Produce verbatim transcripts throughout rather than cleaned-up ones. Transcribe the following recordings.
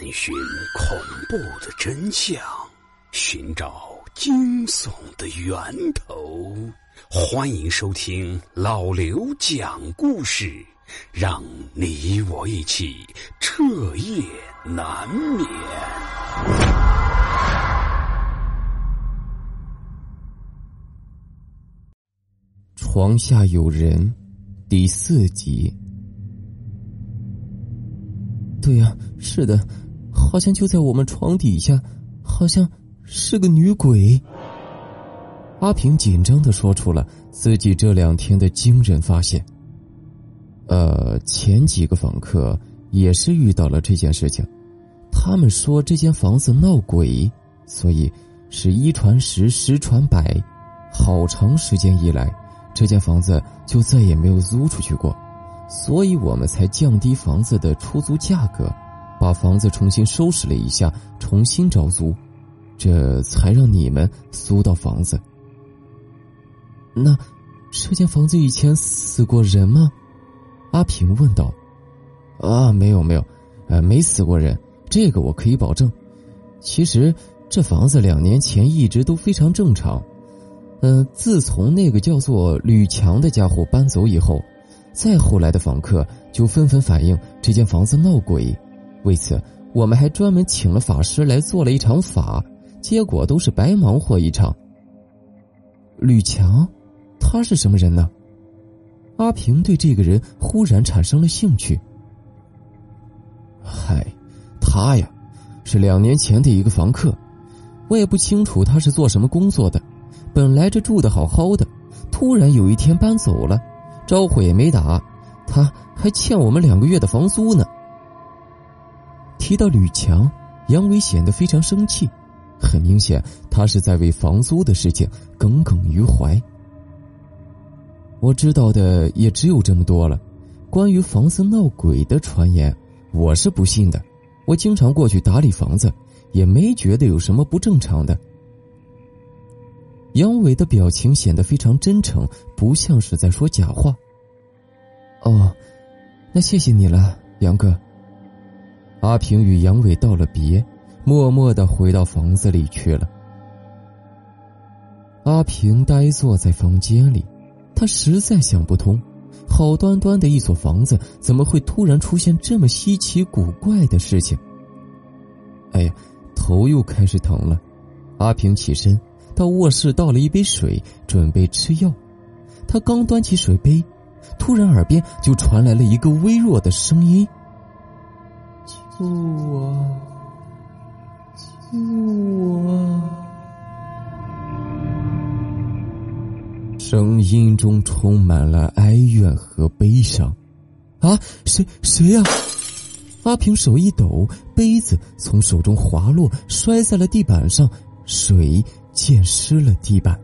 寻恐怖的真相，寻找惊悚的源头。欢迎收听老刘讲故事，让你我一起彻夜难眠。 床下有人第四集。对呀、啊，是的，好像就在我们床底下，好像是个女鬼。阿平紧张地说出了自己这两天的惊人发现。呃，前几个访客也是遇到了这件事情，他们说这间房子闹鬼，所以是一传十，十传百，好长时间以来，这间房子就再也没有租出去过，所以我们才降低房子的出租价格，把房子重新收拾了一下，重新招租，这才让你们租到房子。那这间房子以前死过人吗？阿平问道。啊，没有没有，呃，没死过人，这个我可以保证。其实这房子两年前一直都非常正常。呃，自从那个叫做吕强的家伙搬走以后，再后来的访客就纷纷反映这间房子闹鬼，为此我们还专门请了法师来做了一场法，结果都是白忙活一场。吕强，他是什么人呢？阿平对这个人忽然产生了兴趣。嗨，他呀，是两年前的一个房客，我也不清楚他是做什么工作的，本来这住得好好的，突然有一天搬走了，招呼也没打，他还欠我们两个月的房租呢。提到吕强，杨伟显得非常生气，很明显他是在为房租的事情耿耿于怀。我知道的也只有这么多了，关于房子闹鬼的传言我是不信的，我经常过去打理房子，也没觉得有什么不正常的。杨伟的表情显得非常真诚，不像是在说假话。哦，那谢谢你了，杨哥。阿平与杨伟道了别，默默地回到房子里去了。阿平呆坐在房间里，他实在想不通，好端端的一所房子怎么会突然出现这么稀奇古怪的事情。哎呀，头又开始疼了。阿平起身到卧室倒了一杯水，准备吃药。他刚端起水杯，突然耳边就传来了一个微弱的声音：救我，救我。声音中充满了哀怨和悲伤。啊，谁谁呀、啊？阿平手一抖，杯子从手中滑落，摔在了地板上，水溅湿了地板。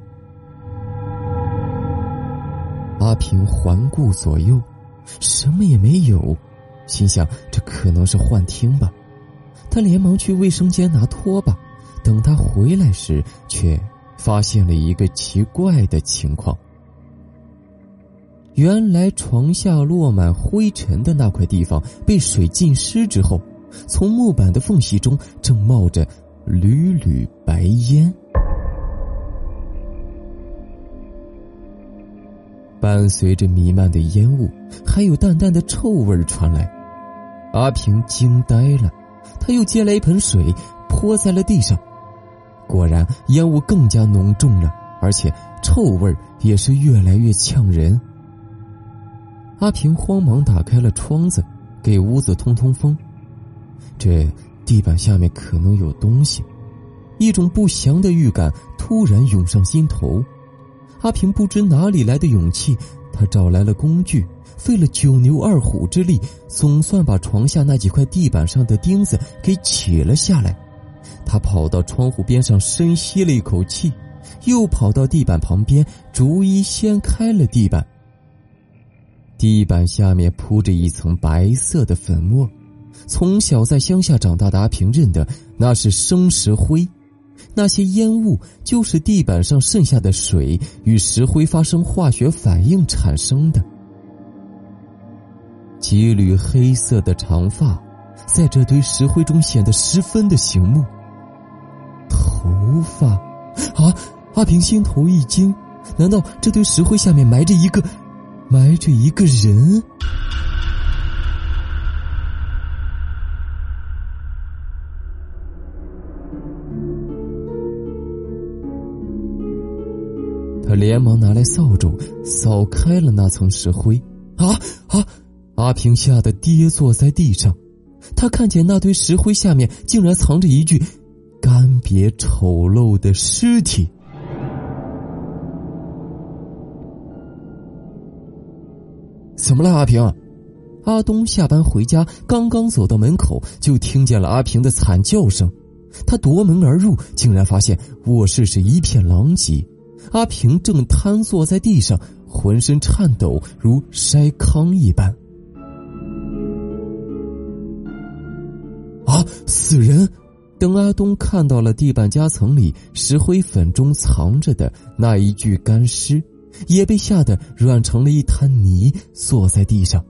阿平环顾左右，什么也没有，心想这可能是幻听吧。他连忙去卫生间拿拖把，等他回来时，却发现了一个奇怪的情况。原来床下落满灰尘的那块地方被水浸湿之后，从木板的缝隙中正冒着缕缕白烟。伴随着弥漫的烟雾，还有淡淡的臭味传来。阿平惊呆了，他又接来一盆水泼在了地上，果然烟雾更加浓重了，而且臭味也是越来越呛人。阿平慌忙打开了窗子，给屋子通通风。这地板下面可能有东西，一种不祥的预感突然涌上心头。阿平不知哪里来的勇气，他找来了工具，费了九牛二虎之力，总算把床下那几块地板上的钉子给取了下来。他跑到窗户边上深吸了一口气，又跑到地板旁边逐一掀开了地板。地板下面铺着一层白色的粉末，从小在乡下长大的阿平认得那是生石灰，那些烟雾就是地板上剩下的水与石灰发生化学反应产生的。几缕黑色的长发在这堆石灰中显得十分的醒目。头发啊！阿平心头一惊，难道这堆石灰下面埋着一个埋着一个人？他连忙拿来扫帚扫开了那层石灰。啊啊！阿平吓得跌坐在地上，他看见那堆石灰下面竟然藏着一具干瘪丑陋的尸体。怎么了，阿平？阿东下班回家，刚刚走到门口，就听见了阿平的惨叫声。他夺门而入，竟然发现卧室是一片狼藉。阿平正瘫坐在地上，浑身颤抖，如筛糠一般。啊！死人！等阿东看到了地板夹层里石灰粉中藏着的那一具干尸，也被吓得软成了一滩泥，坐在地上。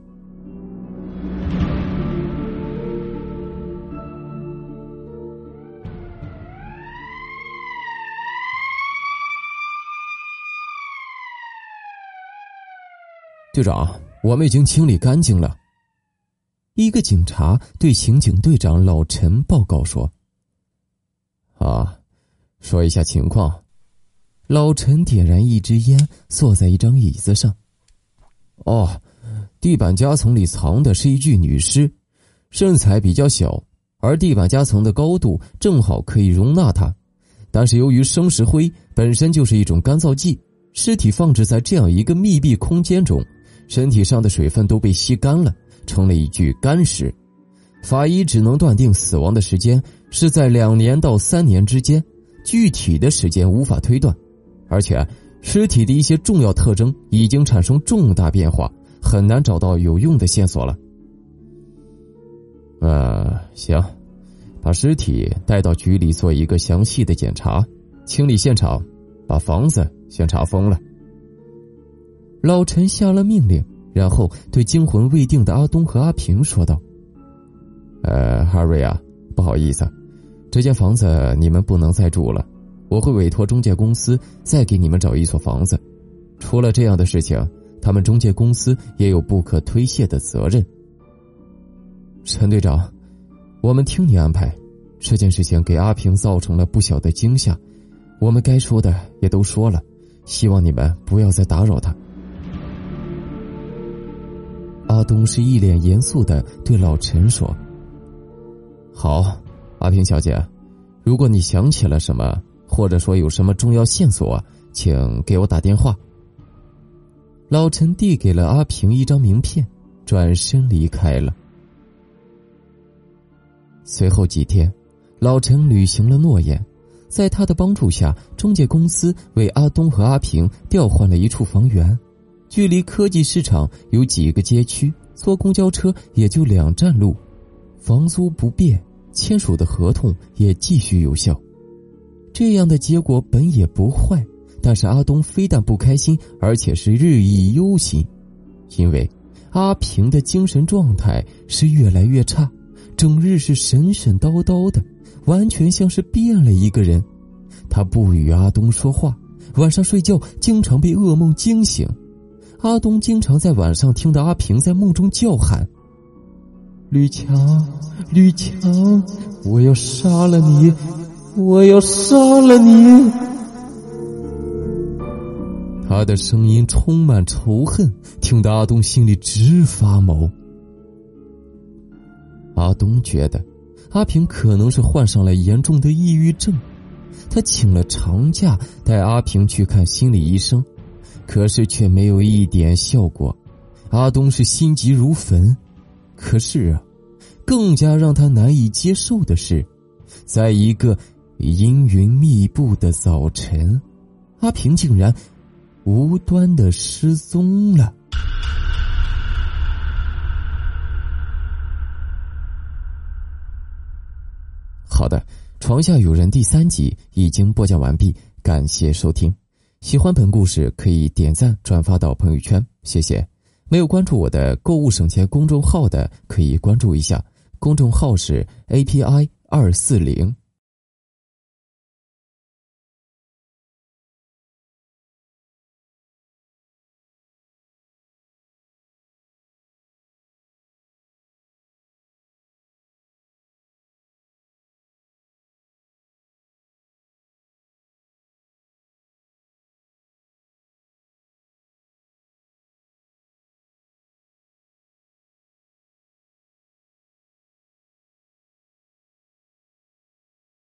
队长，我们已经清理干净了。一个警察对刑警队长老陈报告说。啊，说一下情况。老陈点燃一支烟，坐在一张椅子上。哦，地板夹层里藏的是一具女尸，身材比较小，而地板夹层的高度正好可以容纳它。但是由于生石灰本身就是一种干燥剂，尸体放置在这样一个密闭空间中，身体上的水分都被吸干了，成了一具干尸。法医只能断定死亡的时间是在两年到三年之间，具体的时间无法推断。而且尸体的一些重要特征已经产生重大变化，很难找到有用的线索了。呃，行，把尸体带到局里做一个详细的检查，清理现场，把房子先查封了。老陈下了命令，然后对惊魂未定的阿东和阿平说道：呃，哈瑞啊，不好意思，这间房子你们不能再住了，我会委托中介公司再给你们找一所房子。出了这样的事情，他们中介公司也有不可推卸的责任。陈队长，我们听你安排，这件事情给阿平造成了不小的惊吓，我们该说的也都说了，希望你们不要再打扰他。阿东是一脸严肃地对老陈说：好，阿平小姐，如果你想起了什么，或者说有什么重要线索，请给我打电话。老陈递给了阿平一张名片，转身离开了。随后几天，老陈履行了诺言，在他的帮助下，中介公司为阿东和阿平调换了一处房源，距离科技市场有几个街区，坐公交车也就两站路，房租不变，签署的合同也继续有效。这样的结果本也不坏，但是阿东非但不开心，而且是日益忧心，因为阿平的精神状态是越来越差，整日是神神叨叨的，完全像是变了一个人。他不与阿东说话，晚上睡觉经常被噩梦惊醒。阿东经常在晚上听到阿平在梦中叫喊：吕强，吕强，我要杀了你，我要杀了你。他的声音充满仇恨，听得阿东心里直发毛。阿东觉得阿平可能是患上了严重的抑郁症，他请了长假带阿平去看心理医生，可是却没有一点效果。阿东是心急如焚。可是啊，更加让他难以接受的是，在一个阴云密布的早晨，阿平竟然无端的失踪了。好的，床下有人第三集已经播讲完毕，感谢收听。喜欢本故事可以点赞转发到朋友圈，谢谢。没有关注我的购物省钱公众号的可以关注一下， 公众号是 A P I 二四零。